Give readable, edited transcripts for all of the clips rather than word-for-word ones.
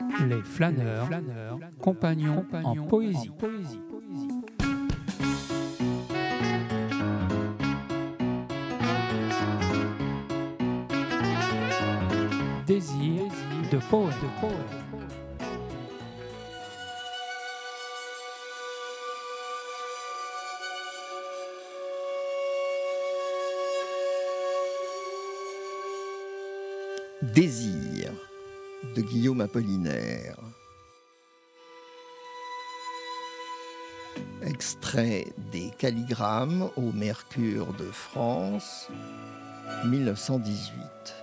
Les flâneurs, compagnons en poésie. Désir de poète. Désir de Guillaume Apollinaire. Extrait des Calligrammes au Mercure de France, 1918.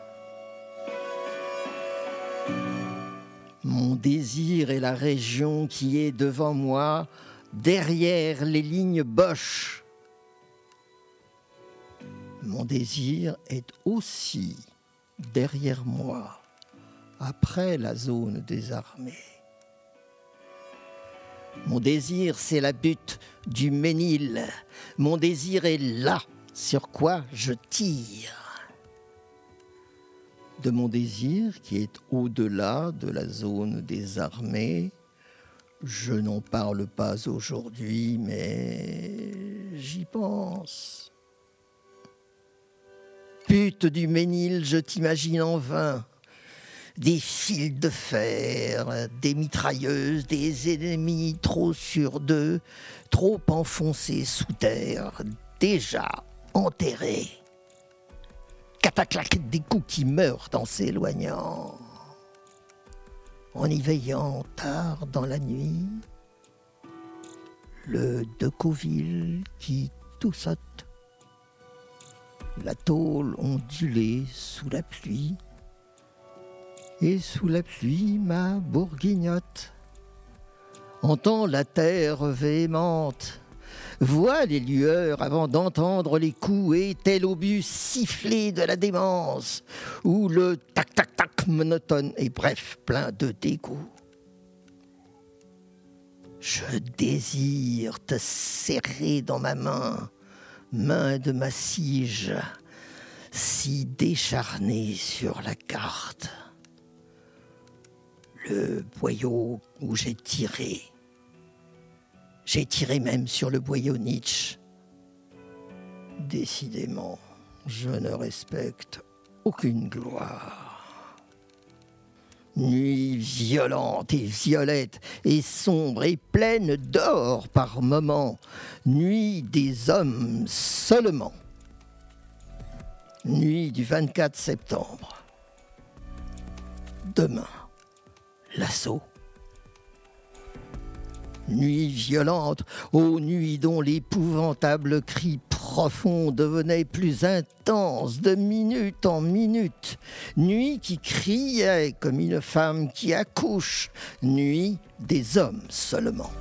Mon désir est la région qui est devant moi, derrière les lignes Boche. Mon désir est aussi derrière moi, après la zone des armées. Mon désir, c'est la butte du Ménil. Mon désir est là, sur quoi je tire. De mon désir, qui est au-delà de la zone des armées, je n'en parle pas aujourd'hui, mais j'y pense. Butte du Ménil, je t'imagine en vain. Des fils de fer, des mitrailleuses, des ennemis trop sûrs d'eux, trop enfoncés sous terre, déjà enterrés. Cataclac des coups qui meurent en s'éloignant. En y veillant tard dans la nuit, le Decauville qui tout saute. La tôle ondulée sous la pluie, et sous la pluie ma bourguignotte entend la terre véhémente, voit les lueurs avant d'entendre les coups et tel obus sifflé de la démence, ou le tac-tac-tac monotone et bref plein de dégoût. Je désire te serrer dans ma main de massige, si décharnée sur la carte. Le boyau où j'ai tiré même sur le boyau Nietzsche. Décidément, je ne respecte aucune gloire. Nuit violente et violette et sombre et pleine d'or par moments, nuit des hommes seulement. Nuit du 24 septembre. Demain, l'assaut. Nuit violente, ô nuit dont l'épouvantable cri profond devenait plus intense de minute en minute. Nuit qui criait comme une femme qui accouche. Nuit des hommes seulement.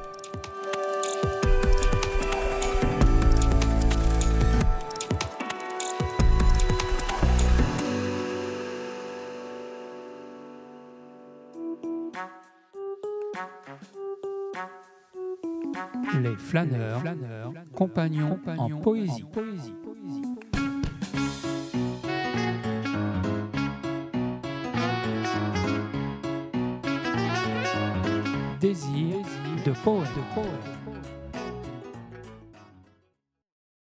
Les flâneurs, compagnons en poésie. Désir de poète.